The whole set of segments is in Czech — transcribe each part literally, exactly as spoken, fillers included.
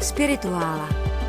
Spirituála.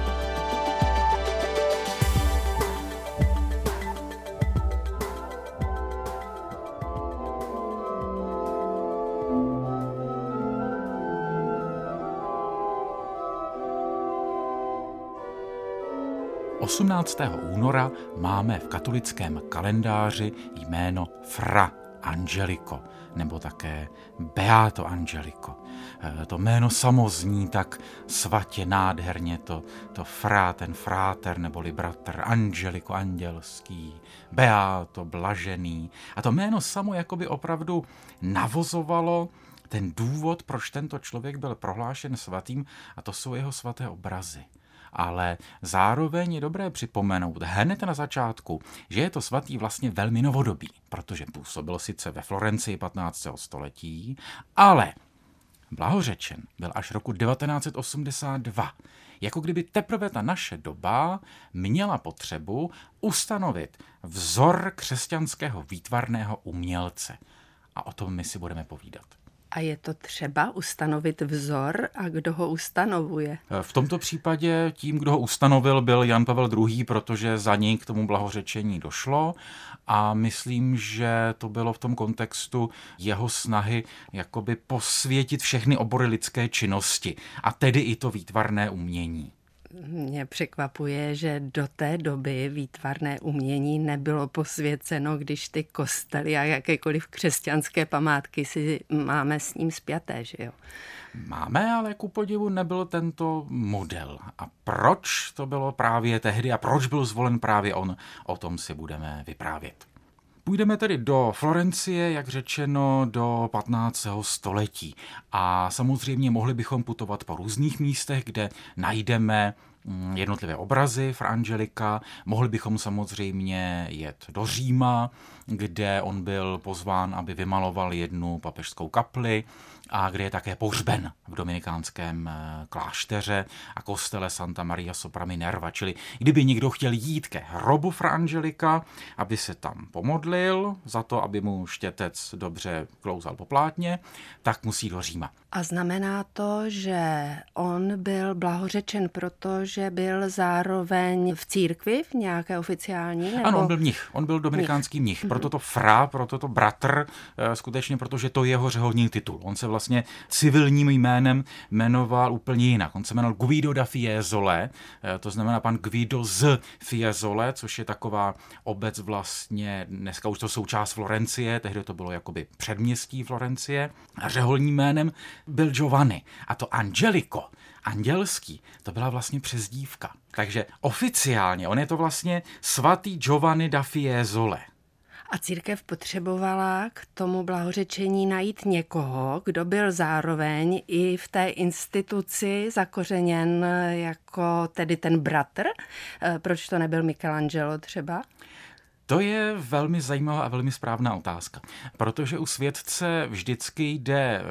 osmnáctého února máme v katolickém kalendáři jméno Fra Angelico, nebo také Beato Angelico. To jméno samo zní tak svatě, nádherně, to, to Fra, ten fráter, neboli bratr, Angelico, andělský, Beato, blažený. A to jméno samo jakoby opravdu navozovalo ten důvod, proč tento člověk byl prohlášen svatým, a to jsou jeho svaté obrazy. Ale zároveň je dobré připomenout hned na začátku, že je to svatý vlastně velmi novodobý, protože působil sice ve Florencii patnáctého století, ale blahořečen byl až roku devatenáct set osmdesát dva. Jako kdyby teprve ta naše doba měla potřebu ustanovit vzor křesťanského výtvarného umělce. A o tom my si budeme povídat. A je to třeba ustanovit vzor a kdo ho ustanovuje? V tomto případě tím, kdo ho ustanovil, byl Jan Pavel druhý., protože za něj k tomu blahořečení došlo a myslím, že to bylo v tom kontextu jeho snahy jakoby posvětit všechny obory lidské činnosti a tedy i to výtvarné umění. Mě překvapuje, že do té doby výtvarné umění nebylo posvěceno, když ty kostely a jakékoliv křesťanské památky si máme s ním spjaté, že jo? Máme, ale ku podivu nebyl tento model. A proč to bylo právě tehdy a proč byl zvolen právě on, o tom si budeme vyprávět. Půjdeme tedy do Florencie, jak řečeno, do patnáctého století. A samozřejmě mohli bychom putovat po různých místech, kde najdeme jednotlivé obrazy Fra Angelica. Mohli bychom samozřejmě jet do Říma, kde on byl pozván, aby vymaloval jednu papežskou kapli a kde je také pohřben v dominikánském klášteře a kostele Santa Maria sopra Minerva. Čili kdyby někdo chtěl jít ke hrobu Fra Angelica, aby se tam pomodlil za to, aby mu štětec dobře klouzal po plátně, tak musí do Říma. A znamená to, že on byl blahořečen, protože byl zároveň v církvi, v nějaké oficiální? Nebo... Ano, on byl mnich, on byl dominikánský mnich, proto to Fra, proto to bratr, skutečně, protože to je jeho řeholní titul. On se vlastně civilním jménem jmenoval úplně jinak. On se jmenoval Guido da Fiesole, to znamená pan Guido z Fiesole, což je taková obec vlastně, dneska už to součást Florencie, tehdy to bylo jakoby předměstí Florencie, a řeholním jménem byl Giovanni. A to Angelico, andělský, to byla vlastně přezdívka. Takže oficiálně on je to vlastně svatý Giovanni da Fiesole. A církev potřebovala k tomu blahořečení najít někoho, kdo byl zároveň i v té instituci zakořeněn jako tedy ten bratr. Proč to nebyl Michelangelo třeba? To je velmi zajímavá a velmi správná otázka, protože u světce vždycky jde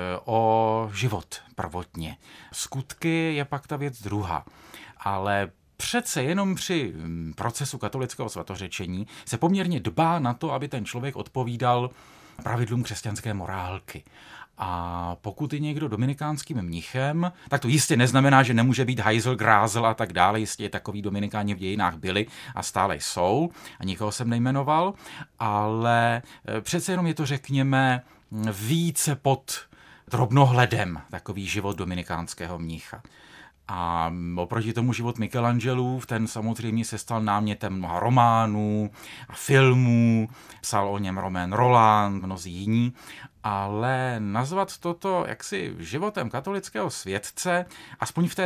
o život prvotně. Skutky je pak ta věc druhá, ale přece jenom při procesu katolického svatořečení se poměrně dbá na to, aby ten člověk odpovídal pravidlům křesťanské morálky. A pokud je někdo dominikánským mnichem, tak to jistě neznamená, že nemůže být hajzl, grázel a tak dále. Jistě takový dominikáni v dějinách byli a stále jsou a nikoho jsem nejmenoval, ale přece jenom je to, řekněme, více pod drobnohledem takový život dominikánského mnicha. A oproti tomu život Michelangelův, ten samozřejmě se stal námětem mnoha románů a filmů, psal o něm Romain Rolland, mnozí jiní, ale nazvat toto jaksi životem katolického světce, aspoň v té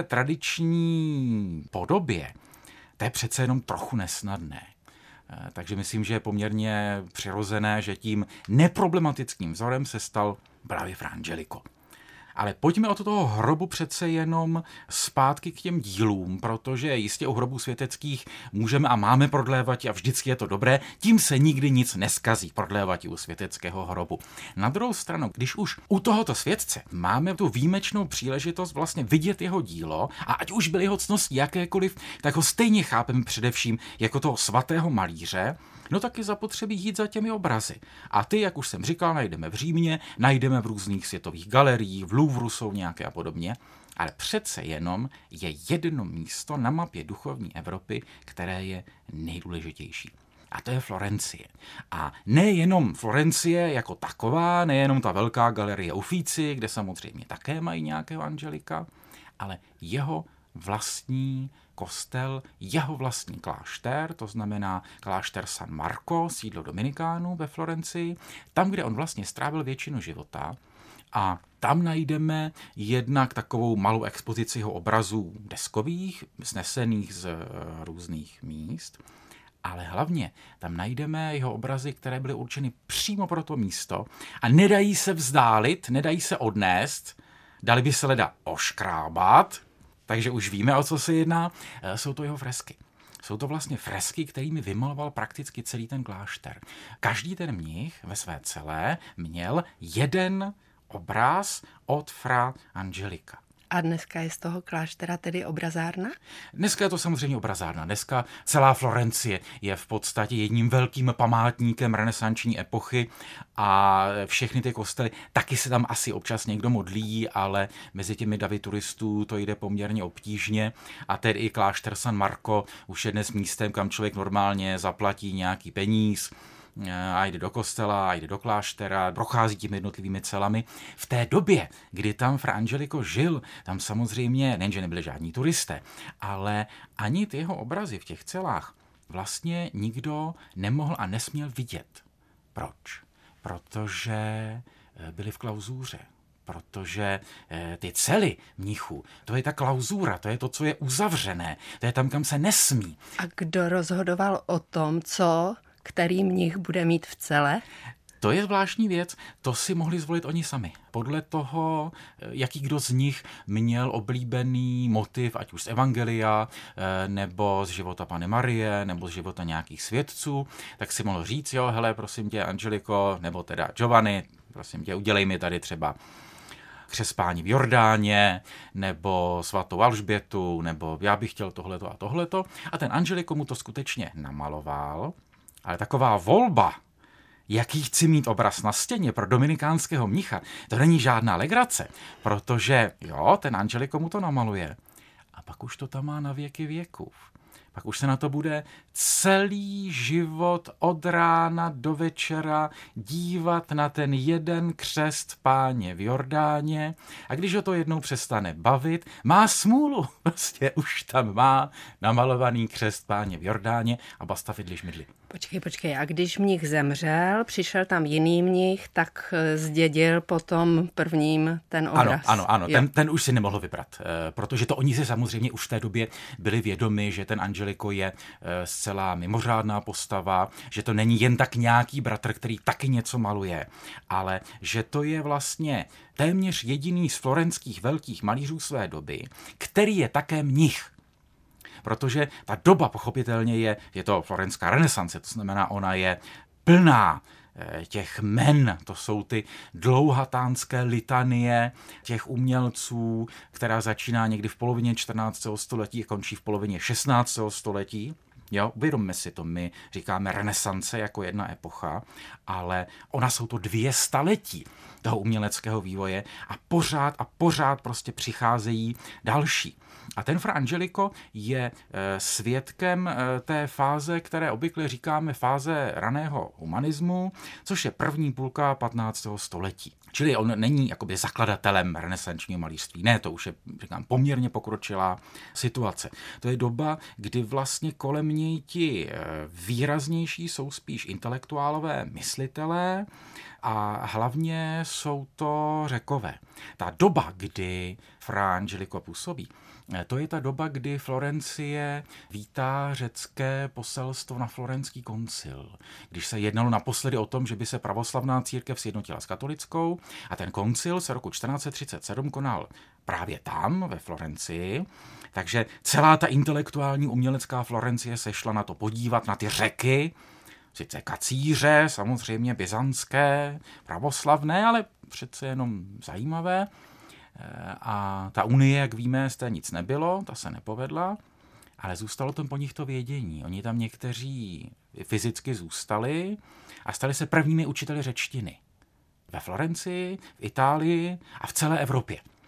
tradiční podobě, to je přece jenom trochu nesnadné. Takže myslím, že je poměrně přirozené, že tím neproblematickým vzorem se stal právě Fra Angelico. Ale pojďme od toho hrobu přece jenom zpátky k těm dílům, protože jistě u hrobů světeckých můžeme a máme prodlévat a vždycky je to dobré, tím se nikdy nic neskazí, prodlévat u světeckého hrobu. Na druhou stranu, když už u tohoto světce máme tu výjimečnou příležitost vlastně vidět jeho dílo a ať už byly jeho ctnosti jakékoliv, tak ho stejně chápeme především jako toho svatého malíře, no tak je zapotřebí jít za těmi obrazy. A ty, jak už jsem říkal, najdeme v Římě, najdeme v různých světových galeriích, v Louvru jsou nějaké a podobně. Ale přece jenom je jedno místo na mapě duchovní Evropy, které je nejdůležitější. A to je Florencie. A nejenom Florencie jako taková, nejenom ta velká galerie Uffizi, kde samozřejmě také mají nějakého Angelika, ale jeho vlastní kostel, jeho vlastní klášter, to znamená klášter San Marco, sídlo Dominikánů ve Florencii, tam, kde on vlastně strávil většinu života. A tam najdeme jednak takovou malou expozici jeho obrazů deskových, snesených z různých míst, ale hlavně tam najdeme jeho obrazy, které byly určeny přímo pro to místo a nedají se vzdálit, nedají se odnést, dali by se leda oškrábat, takže už víme, o co se jedná. Jsou to jeho fresky. Jsou to vlastně fresky, kterými vymaloval prakticky celý ten klášter. Každý ten mnich ve své celé měl jeden obraz od fra Angelika. A dneska je z toho kláštera tedy obrazárna? Dneska je to samozřejmě obrazárna. Dneska celá Florencie je v podstatě jedním velkým památníkem renesanční epochy a všechny ty kostely, taky se tam asi občas někdo modlí, ale mezi těmi davy turistů to jde poměrně obtížně a tedy i klášter San Marco už je dnes místem, kam člověk normálně zaplatí nějaký peníz a jde do kostela, a jde do kláštera, prochází těmi jednotlivými celami. V té době, kdy tam fra Angelico žil, tam samozřejmě, nejenže nebyli žádní turisté, ale ani ty jeho obrazy v těch celách vlastně nikdo nemohl a nesměl vidět. Proč? Protože byli v klauzuře. Protože ty cely mnichů, to je ta klauzura, to je to, co je uzavřené, to je tam, kam se nesmí. A kdo rozhodoval o tom, co který mnich bude mít v cele? To je zvláštní věc, to si mohli zvolit oni sami. Podle toho, jaký kdo z nich měl oblíbený motiv, ať už z Evangelia, nebo z života Panny Marie, nebo z života nějakých svědců, tak si mohl říct, jo, hele, prosím tě, Angelico, nebo teda Giovanni, prosím tě, udělej mi tady třeba křespání v Jordáně, nebo svatou Alžbětu, nebo já bych chtěl tohleto a tohleto. A ten Angelico mu to skutečně namaloval. Ale taková volba, jaký chci mít obraz na stěně pro dominikánského mnicha, to není žádná legrace, protože jo, ten Angelico mu to namaluje a pak už to tam má na věky věků. Pak už se na to bude celý život od rána do večera dívat na ten jeden křest Páně v Jordáně a když ho to jednou přestane bavit, má smůlu. Prostě už tam má namalovaný křest Páně v Jordáně a basta fidli šmidli. Počkej, počkej, a když mnich zemřel, přišel tam jiný mnich, tak zdědil potom prvním ten obraz. Ano, ano, ano, ten, ten už si nemohl vybrat, protože to oni si samozřejmě už v té době byli vědomi, že ten Angelico je zcela mimořádná postava, že to není jen tak nějaký bratr, který taky něco maluje, ale že to je vlastně téměř jediný z florenských velkých malířů své doby, který je také mnich. Protože ta doba pochopitelně je, je to florenská renesance, to znamená, ona je plná těch men, to jsou ty dlouhatánské litanie těch umělců, která začíná někdy v polovině čtrnáctého století a končí v polovině šestnáctého století. Jo, uvědomme si to, my říkáme renesance jako jedna epocha, ale ona jsou to dvě staletí toho uměleckého vývoje a pořád a pořád prostě přicházejí další. A ten fra Angelico je svědkem té fáze, které obvykle říkáme fáze raného humanismu, což je první půlka patnáctého století. Čili on není jakoby zakladatelem renesančního malířství. Ne, to už je, říkám, poměrně pokročilá situace. To je doba, kdy vlastně kolem něj ti výraznější jsou spíš intelektuálové myslitelé a hlavně jsou to Řekové. Ta doba, kdy fra Angelico působí, to je ta doba, kdy Florencie vítá řecké poselstvo na Florenský koncil. Když se jednalo naposledy o tom, že by se pravoslavná církev sjednotila s katolickou a ten koncil se roku čtrnáct set třicet sedm konal právě tam, ve Florencii, takže celá ta intelektuální umělecká Florencie se šla na to podívat, na ty řeky, sice kacíře, samozřejmě byzantské, pravoslavné, ale přece jenom zajímavé. A ta unie, jak víme, z té nic nebylo, ta se nepovedla, ale zůstalo tam po nich to vědění. Oni tam někteří fyzicky zůstali a stali se prvními učiteli řečtiny. Ve Florencii, v Itálii a v celé Evropě.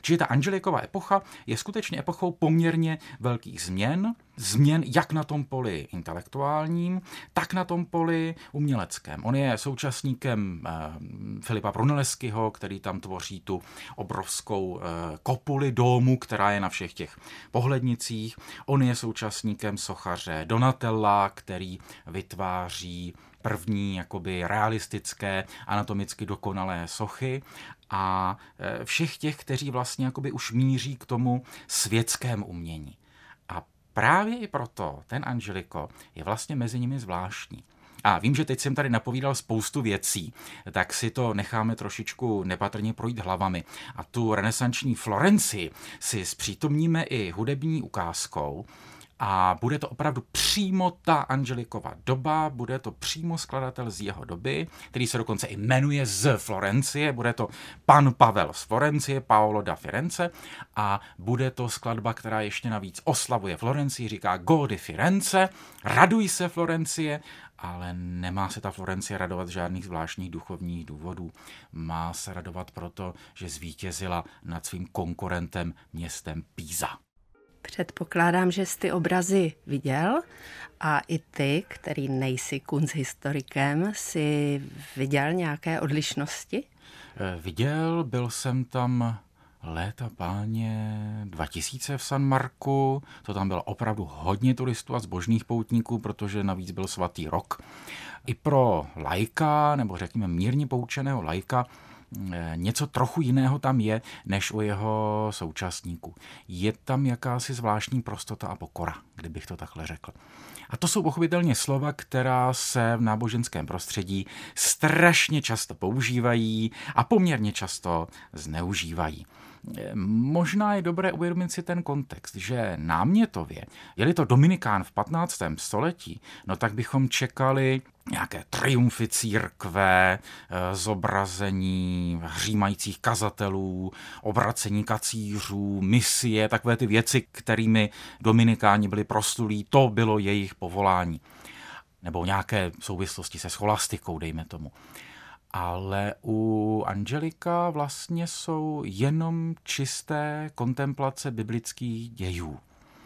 Čili ta Angelikova epocha je skutečně epochou poměrně velkých změn, změn jak na tom poli intelektuálním, tak na tom poli uměleckém. On je současníkem eh, Filipa Brunelleschiho, který tam tvoří tu obrovskou eh, kopuli domu, která je na všech těch pohlednicích. On je současníkem sochaře Donatella, který vytváří první jakoby realistické, anatomicky dokonalé sochy a všech těch, kteří vlastně jakoby už míří k tomu světskému umění. A právě i proto ten Angelico je vlastně mezi nimi zvláštní. A vím, že teď jsem tady napovídal spoustu věcí, tak si to necháme trošičku nepatrně projít hlavami. A tu renesanční Florencii si zpřítomníme i hudební ukázkou, a bude to opravdu přímo ta Angelikova doba, bude to přímo skladatel z jeho doby, který se dokonce i jmenuje z Florencie, bude to pan Pavel z Florencie, Paolo da Firenze, a bude to skladba, která ještě navíc oslavuje Florencii, říká Go di Firenze, raduj se Florencie, ale nemá se ta Florencie radovat z žádných zvláštních duchovních důvodů. Má se radovat proto, že zvítězila nad svým konkurentem městem Pisa. Předpokládám, že jsi ty obrazy viděl a i ty, který nejsi kunsthistorikem, si viděl nějaké odlišnosti? Viděl, byl jsem tam léta páně dva tisíce v San Marku, to tam bylo opravdu hodně turistů a zbožných poutníků, protože navíc byl svatý rok. I pro laika, nebo řekněme mírně poučeného laika, něco trochu jiného tam je, než u jeho současníků. Je tam jakási zvláštní prostota a pokora, kdybych to takhle řekl. A to jsou pochopitelně slova, která se v náboženském prostředí strašně často používají a poměrně často zneužívají. Možná je dobré uvědomit si ten kontext, že námětově, je-li to Dominikán v patnáctém století, no tak bychom čekali nějaké triumfy církve, zobrazení hřímajících kazatelů, obracení kacířů, misie, takové ty věci, kterými Dominikáni byli proslulí, to bylo jejich povolání. Nebo nějaké souvislosti se scholastikou, dejme tomu. Ale u Angelika vlastně jsou jenom čisté kontemplace biblických dějů.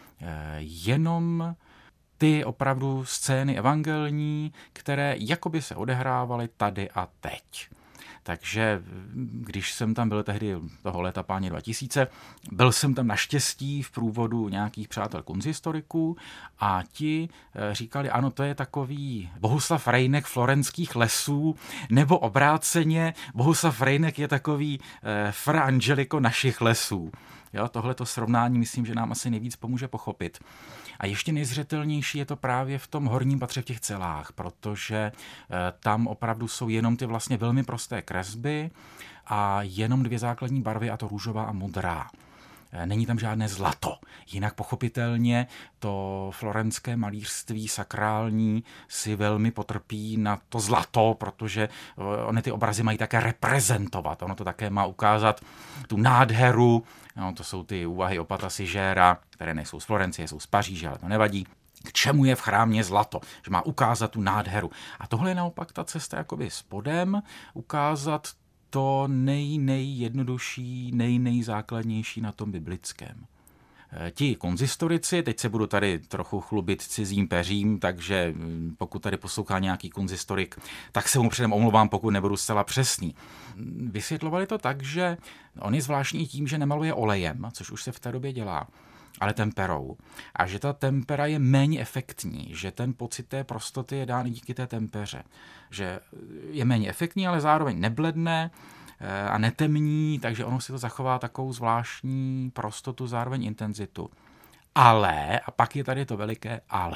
Jenom ty opravdu scény evangelní, které jakoby se odehrávaly tady a teď. Takže když jsem tam byl tehdy toho léta páně dva tisíce, byl jsem tam naštěstí v průvodu nějakých přátel kunsthistoriků a ti říkali, ano, to je takový Bohuslav Rejnek florenských lesů, nebo obráceně Bohuslav Rejnek je takový eh, Fra Angelico našich lesů. Jo, tohleto srovnání myslím, že nám asi nejvíc pomůže pochopit. A ještě nejzřetelnější je to právě v tom horním patře v těch celách, protože tam opravdu jsou jenom ty vlastně velmi prosté kresby a jenom dvě základní barvy, a to růžová a modrá. Není tam žádné zlato. Jinak pochopitelně to florenské malířství sakrální si velmi potrpí na to zlato, protože ony ty obrazy mají také reprezentovat. Ono to také má ukázat tu nádheru. No, to jsou ty úvahy opata Sigera, které nejsou z Florencie, jsou z Paříže, ale to nevadí. K čemu je v chrámě zlato? Že má ukázat tu nádheru. A tohle je naopak ta cesta jakoby spodem, ukázat to nej, nejjednodušší, nej, nejzákladnější na tom biblickém. Ti kunsthistorici, teď se budu tady trochu chlubit cizím peřím, takže pokud tady poslouchá nějaký kunsthistorik, tak se mu předem omlouvám, pokud nebudu zcela přesný. Vysvětlovali to tak, že on je zvláštní tím, že nemaluje olejem, což už se v té době dělá, ale temperou. A že ta tempera je méně efektní, že ten pocit té prostoty je dán díky té tempeře. Že je méně efektní, ale zároveň nebledne a netemní, takže ono si to zachová takovou zvláštní prostotu, zároveň intenzitu. Ale, a pak je tady to veliké ale.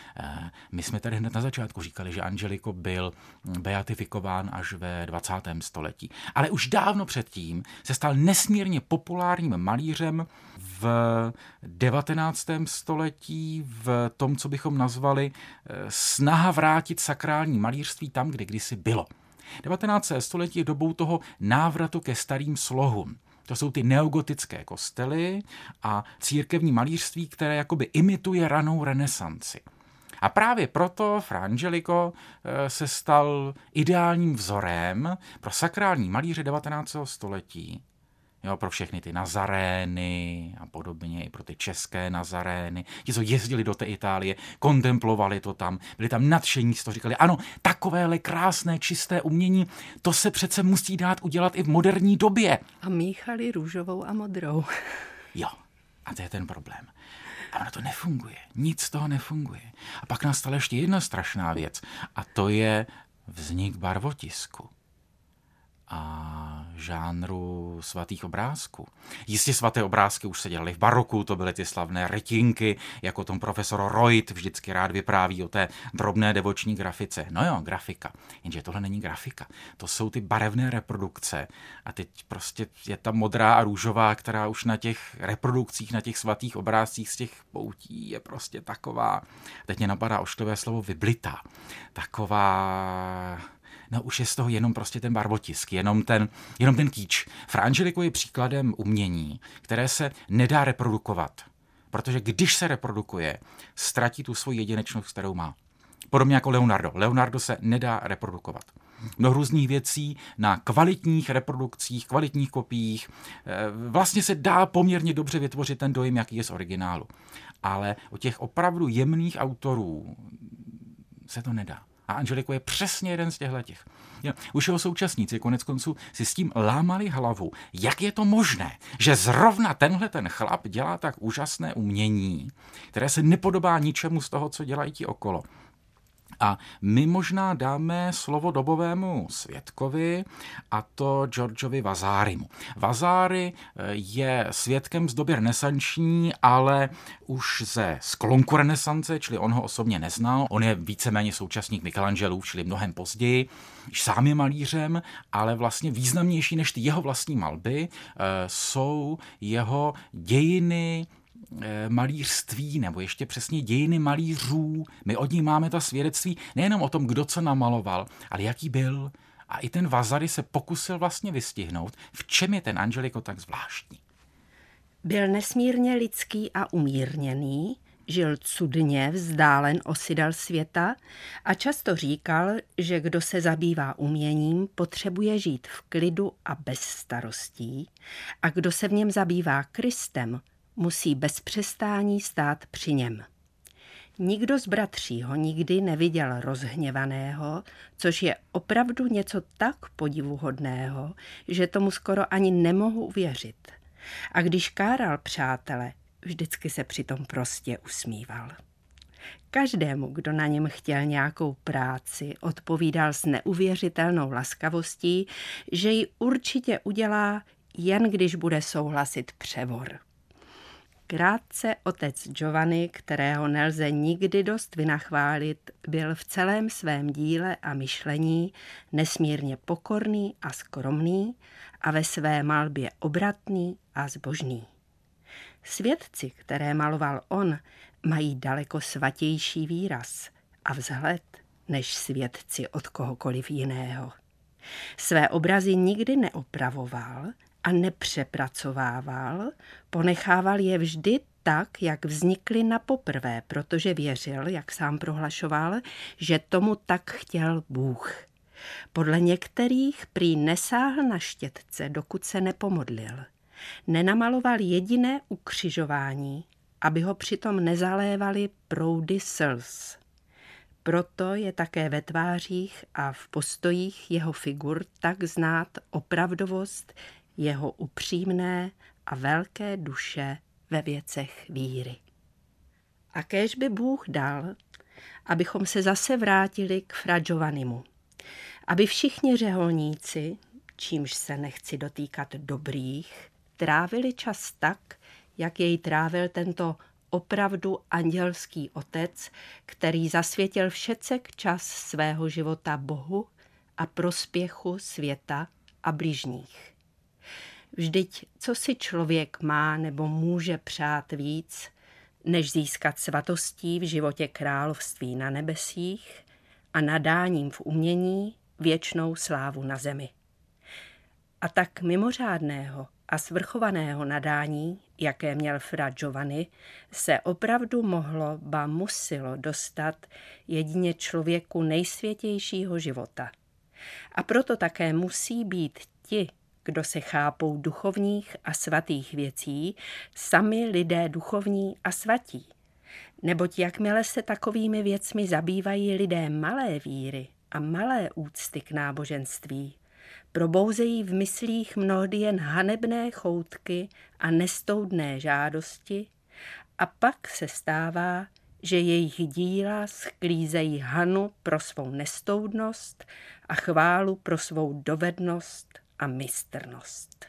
My jsme tady hned na začátku říkali, že Angelico byl beatifikován až ve dvacátém století. Ale už dávno předtím se stal nesmírně populárním malířem v devatenáctém století, v tom, co bychom nazvali snaha vrátit sakrální malířství tam, kde kdysi bylo. devatenácté století je dobou toho návratu ke starým slohům. To jsou ty neogotické kostely a církevní malířství, které jakoby imituje ranou renesanci. A právě proto Fra Angelico se stal ideálním vzorem pro sakrální malíře devatenáctého století. Jo, pro všechny ty Nazarény a podobně, i pro ty české Nazarény. Ti, co jezdili do té Itálie, kontemplovali to tam, byli tam nadšení, to říkali, ano, takovéhle krásné, čisté umění, to se přece musí dát udělat i v moderní době. A míchali růžovou a modrou. Jo, a to je ten problém. A ono to nefunguje, nic z toho nefunguje. A pak nastala ještě jedna strašná věc, a to je vznik barvotisku a žánru svatých obrázků. Jistě svaté obrázky už se dělaly v baroku, to byly ty slavné rytinky, jako tom profesor Reut vždycky rád vypráví o té drobné devoční grafice. No jo, grafika, jenže tohle není grafika, to jsou ty barevné reprodukce a teď prostě je ta modrá a růžová, která už na těch reprodukcích, na těch svatých obrázcích z těch poutí je prostě taková, teď mě napadá ošklivé slovo vyblitá, taková... No už je z toho jenom prostě ten barvotisk, jenom ten, jenom ten kýč. Fra Angelico je příkladem umění, které se nedá reprodukovat, protože když se reprodukuje, ztratí tu svoji jedinečnost, kterou má. Podobně jako Leonardo. Leonardo se nedá reprodukovat. Mnoho různých věcí na kvalitních reprodukcích, kvalitních kopiích. Vlastně se dá poměrně dobře vytvořit ten dojem, jaký je z originálu. Ale u těch opravdu jemných autorů se to nedá. A Angelico je přesně jeden z těchhletěch. Už jeho současníci konec konců si s tím lámali hlavu, jak je to možné, že zrovna tenhle ten chlap dělá tak úžasné umění, které se nepodobá ničemu z toho, co dělají ti okolo. A my možná dáme slovo dobovému svědkovi, a to Giorgiovi Vasarimu. Vasari je svědkem z doby renesanční, ale už ze sklonku renesance, čili on ho osobně neznal. On je víceméně současník Michelangelův, čili mnohem později. Sám je malířem, ale vlastně významnější než ty jeho vlastní malby jsou jeho dějiny malířství, nebo ještě přesně dějiny malířů. My od ní máme ta svědectví nejenom o tom, kdo co namaloval, ale jaký byl. A i ten Vasari se pokusil vlastně vystihnout, v čem je ten Angelico tak zvláštní. Byl nesmírně lidský a umírněný, žil cudně vzdálen osidel světa a často říkal, že kdo se zabývá uměním, potřebuje žít v klidu a bez starostí, a kdo se v něm zabývá Kristem, musí bez přestání stát při něm. Nikdo z bratří ho nikdy neviděl rozhněvaného, což je opravdu něco tak podivuhodného, že tomu skoro ani nemohu uvěřit. A když káral přátele, vždycky se přitom prostě usmíval. Každému, kdo na něm chtěl nějakou práci, odpovídal s neuvěřitelnou laskavostí, že ji určitě udělá, jen když bude souhlasit převor. Krátce otec Giovanni, kterého nelze nikdy dost vynachválit, byl v celém svém díle a myšlení nesmírně pokorný a skromný a ve své malbě obratný a zbožný. Světci, které maloval on, mají daleko svatější výraz a vzhled než světci od kohokoliv jiného. Své obrazy nikdy neopravoval a nepřepracovával, ponechával je vždy tak, jak vznikly napoprvé, protože věřil, jak sám prohlašoval, že tomu tak chtěl Bůh. Podle některých prý nesáhl na štětce, dokud se nepomodlil. Nenamaloval jediné ukřižování, aby ho přitom nezalévaly proudy slz. Proto je také ve tvářích a v postojích jeho figur tak znát opravdovost jeho upřímné a velké duše ve věcech víry. A kéž by Bůh dal, abychom se zase vrátili k fra Giovannimu, aby všichni řeholníci, čímž se nechci dotýkat dobrých, trávili čas tak, jak jej trávil tento opravdu andělský otec, který zasvětil všecek čas svého života Bohu a prospěchu světa a bližních. Vždyť, co si člověk má nebo může přát víc, než získat svatostí v životě království na nebesích a nadáním v umění věčnou slávu na zemi. A tak mimořádného a svrchovaného nadání, jaké měl fra Giovanni, se opravdu mohlo, ba muselo dostat jedině člověku nejsvětějšího života. A proto také musí být ti, kdo se chápou duchovních a svatých věcí, sami lidé duchovní a svatí. Neboť jakmile se takovými věcmi zabývají lidé malé víry a malé úcty k náboženství, probouzejí v myslích mnohdy jen hanebné choutky a nestoudné žádosti a pak se stává, že jejich díla sklízejí hanu pro svou nestoudnost a chválu pro svou dovednost a mistrnost.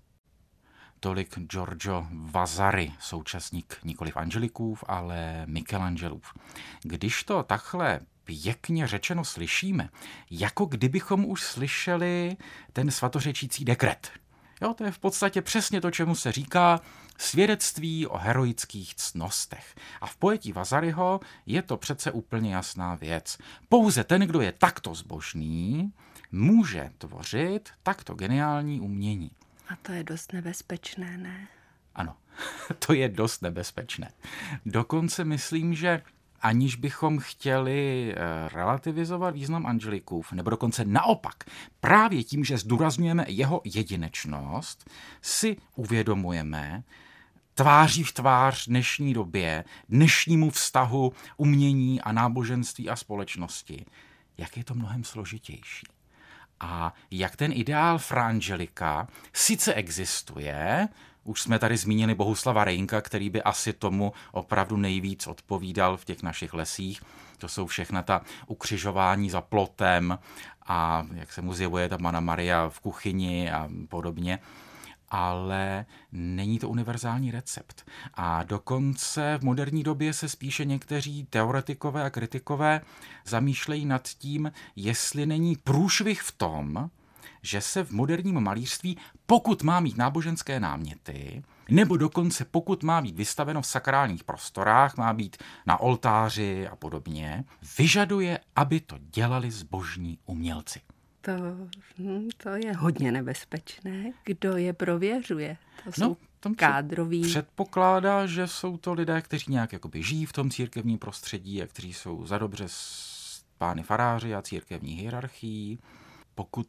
Tolik Giorgio Vasari, současník nikoliv Angelikův, ale Michelangelův. Když to takhle pěkně řečeno slyšíme, jako kdybychom už slyšeli ten svatořečící dekret. Jo, to je v podstatě přesně to, čemu se říká svědectví o heroických ctnostech. A v pojetí Vasariho je to přece úplně jasná věc. Pouze ten, kdo je takto zbožný, může tvořit takto geniální umění. A to je dost nebezpečné, ne? Ano, to je dost nebezpečné. Dokonce myslím, že aniž bychom chtěli relativizovat význam Angelikův, nebo dokonce naopak, právě tím, že zdůrazňujeme jeho jedinečnost, si uvědomujeme tváří v tvář dnešní době, dnešnímu vztahu umění a náboženství a společnosti, jak je to mnohem složitější. A jak ten ideál Fra Angelika sice existuje, už jsme tady zmínili Bohuslava Reynka, který by asi tomu opravdu nejvíc odpovídal v těch našich lesích. To jsou všechna ta ukřižování za plotem a jak se mu zjevuje ta Panna Maria v kuchyni a podobně. Ale není to univerzální recept. A dokonce v moderní době se spíše někteří teoretikové a kritikové zamýšlejí nad tím, jestli není průšvih v tom, že se v moderním malířství, pokud má mít náboženské náměty, nebo dokonce pokud má být vystaveno v sakrálních prostorách, má být na oltáři a podobně, vyžaduje, aby to dělali zbožní umělci. To, to je hodně nebezpečné. Kdo je prověřuje? To jsou no, kádroví. Předpokládá, že jsou to lidé, kteří nějak jakoby žijí v tom církevním prostředí a kteří jsou za dobře s pány faráři a církevní hierarchií. Pokud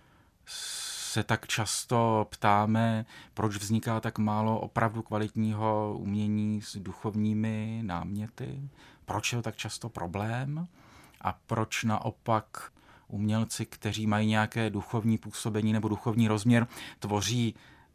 se tak často ptáme, proč vzniká tak málo opravdu kvalitního umění s duchovními náměty, proč je to tak často problém a proč naopak umělci, kteří mají nějaké duchovní působení nebo duchovní rozměr, tvoří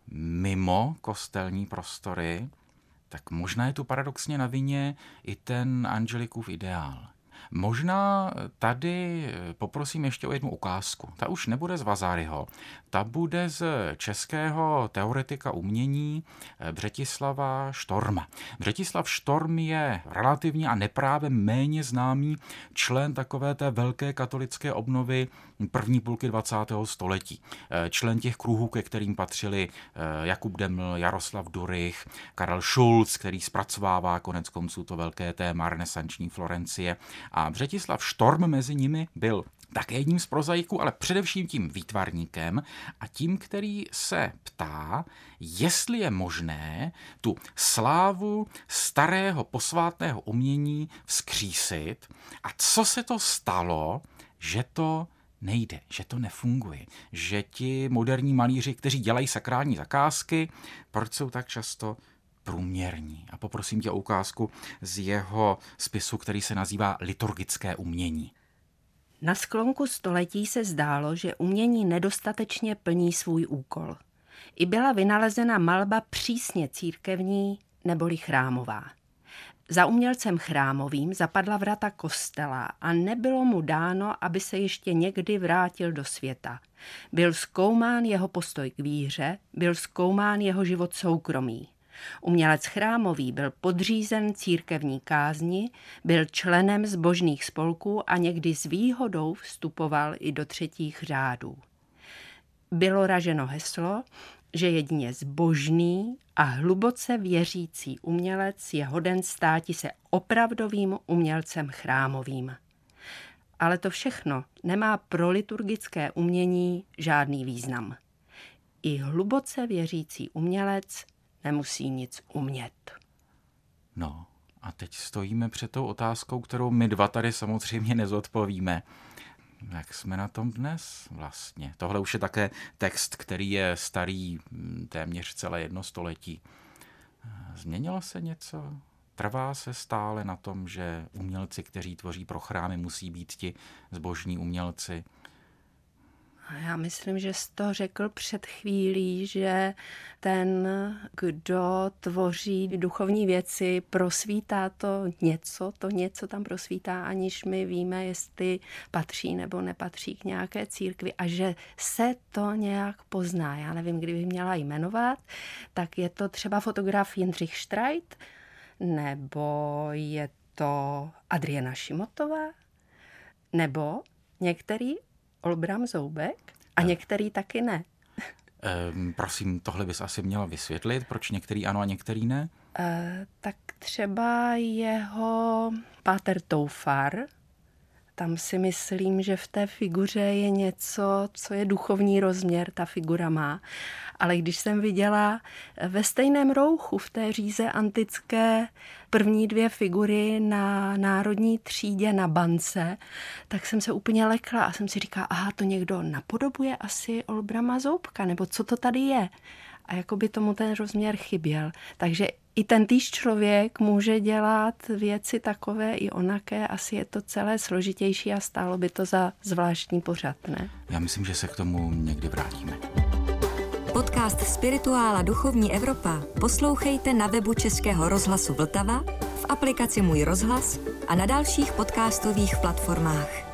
mimo kostelní prostory, tak možná je tu paradoxně na vině i ten Angelikův ideál. Možná tady poprosím ještě o jednu ukázku. Ta už nebude z Vasariho. Ta bude z českého teoretika umění Břetislava Štorma. Břetislav Štorm je relativně a neprávem méně známý člen takové té velké katolické obnovy první půlky dvacátého století. Člen těch kruhů, ke kterým patřili Jakub Deml, Jaroslav Durych, Karel Schulz, který zpracovává konec konců to velké téma renesanční Florencie. A Břetislav Štorm mezi nimi byl také jedním z prozaiků, ale především tím výtvarníkem a tím, který se ptá, jestli je možné tu slávu starého posvátného umění vzkřísit a co se to stalo, že to nejde, že to nefunguje, že ti moderní malíři, kteří dělají sakrální zakázky, proč jsou tak často průměrní. A poprosím tě o ukázku z jeho spisu, který se nazývá Liturgické umění. Na sklonku století se zdálo, že umění nedostatečně plní svůj úkol. I byla vynalezena malba přísně církevní neboli chrámová. Za umělcem chrámovým zapadla vrata kostela a nebylo mu dáno, aby se ještě někdy vrátil do světa. Byl zkoumán jeho postoj k víře, byl zkoumán jeho život soukromý. Umělec chrámový byl podřízen církevní kázni, byl členem zbožných spolků a někdy s výhodou vstupoval i do třetích řádů. Bylo raženo heslo, že jedině zbožný a hluboce věřící umělec je hoden státi se opravdovým umělcem chrámovým. Ale to všechno nemá pro liturgické umění žádný význam. I hluboce věřící umělec nemusí nic umět. No a teď stojíme před tou otázkou, kterou my dva tady samozřejmě nezodpovíme. Jak jsme na tom dnes vlastně? Tohle už je také text, který je starý téměř celé jedno století. Změnilo se něco? Trvá se stále na tom, že umělci, kteří tvoří pro chrámy, musí být ti zbožní umělci? Já myslím, že jsi to řekl před chvílí, že ten, kdo tvoří duchovní věci, prosvítá to něco, to něco tam prosvítá, aniž my víme, jestli patří nebo nepatří k nějaké církvi a že se to nějak pozná. Já nevím, kdybych měla jmenovat, tak je to třeba fotograf Jindřich Štrajt, nebo je to Adriana Šimotová, nebo některý Olbram Zoubek a některý taky ne. Ehm, prosím, tohle bys asi měla vysvětlit, proč některý ano a některý ne? E, tak třeba jeho páter Toufar, tam si myslím, že v té figuře je něco, co je duchovní rozměr, ta figura má. Ale když jsem viděla ve stejném rouchu v té říze antické první dvě figury na národní třídě na bance, tak jsem se úplně lekla a jsem si říkala, aha, to někdo napodobuje asi Olbrama Zoubka, nebo co to tady je? A jako by tomu ten rozměr chyběl. Takže i ten týž člověk může dělat věci takové i onaké, asi je to celé složitější a stálo by to za zvláštní pořad, ne? Já myslím, že se k tomu někdy vrátíme. Podcast Spirituála Duchovní Evropa poslouchejte na webu Českého rozhlasu Vltava, v aplikaci Můj rozhlas a na dalších podcastových platformách.